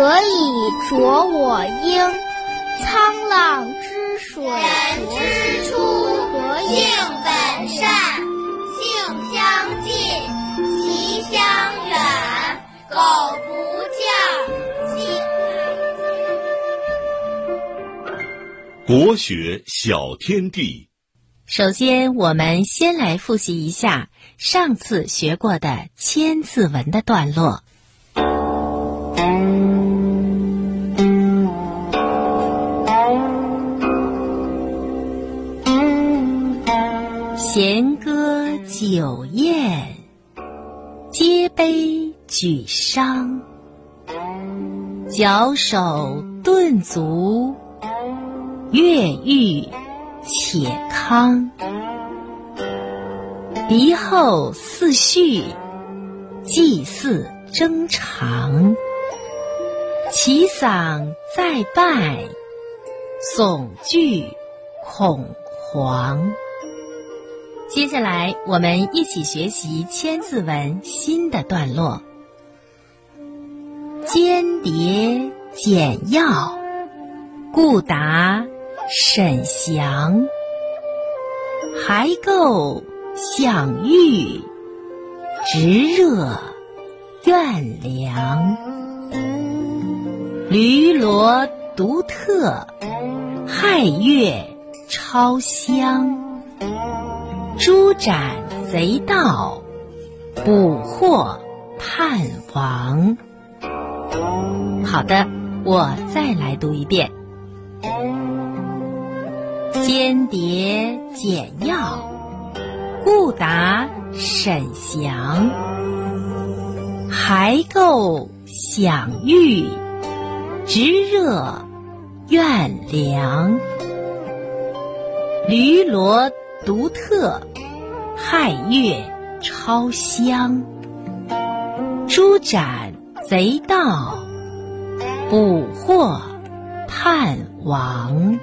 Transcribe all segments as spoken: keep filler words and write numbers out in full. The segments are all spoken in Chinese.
可以濯我缨，沧浪之水人之初，性本善，性相近，习相远。苟不教，性乃国学小天地。 首先，我们先来复习一下上次学过的千字文的段落。弦歌酒宴，皆杯举觞。矫首顿足，乐欲且康。鼻后似絮，祭祀争长。其嗓在拜，悚惧恐惶。接下来我们一起学习千字文新的段落。间谍简要，故答沈详。还构享誉，直热愿凉。驴骡独特，亥月超香。诛斩贼盗，捕获叛王。好的，我再来读一遍。间谍简要，故答沈详。还构享誉，直热愿凉。驴骡独特，亥月超香。诛斩贼盗，捕获叛王。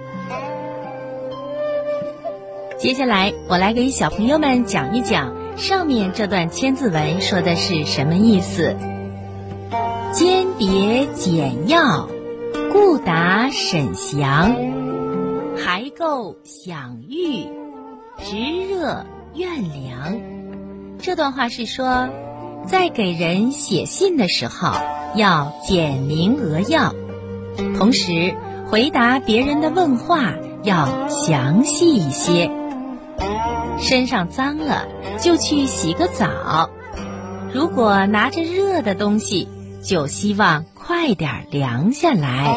接下来我来给小朋友们讲一讲上面这段千字文说的是什么意思。间谍简要，故答沈详。还构享誉，直热愿凉。这段话是说，在给人写信的时候要简明扼要，同时回答别人的问话要详细一些。身上脏了就去洗个澡，如果拿着热的东西，就希望快点凉下来。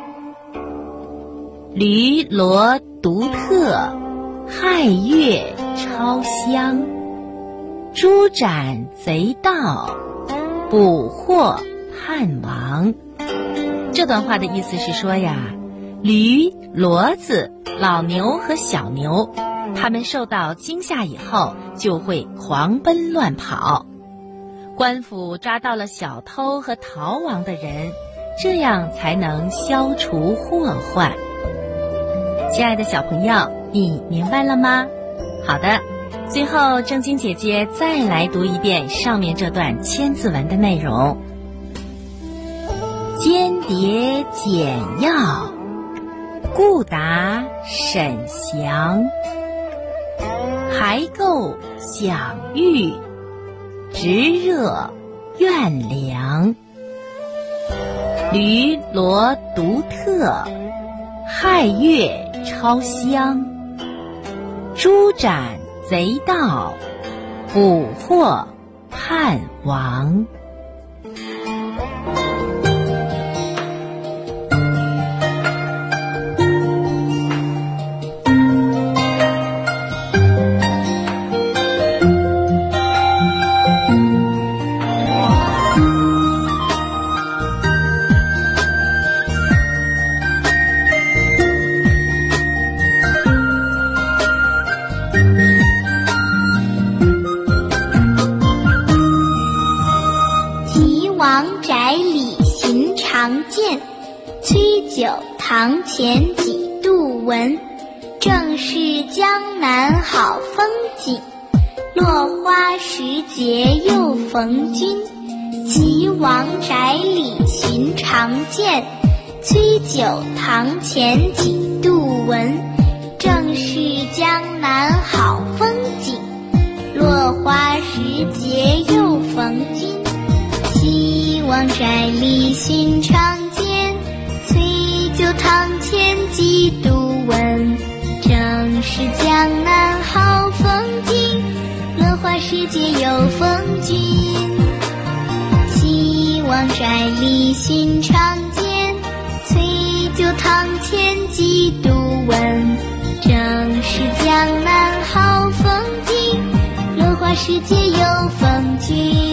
驴骡独特，亥月超香。诛斩贼盗，捕获叛王。这段话的意思是说呀，驴、骡子、老牛和小牛，他们受到惊吓以后就会狂奔乱跑。官府抓到了小偷和逃亡的人，这样才能消除祸患。亲爱的小朋友，你明白了吗？好的，最后正晶姐姐再来读一遍上面这段千字文的内容。间谍简要，故答沈详。还构享誉，直热愿凉。驴骡独特，亥月超香。诛斩贼盗，捕获叛王。 崔九堂前几度闻，正是江南好风景。落花时节又逢君，即王宅里寻常见，崔九堂前几度闻。正是江南好风景，落花时节又逢君。西王宅里寻常见，崔九堂前几度闻。正是江南好风景，落花时节又逢君。西王宅里寻常见，崔九堂前几度闻。正是江南好风景，落花时节又逢君。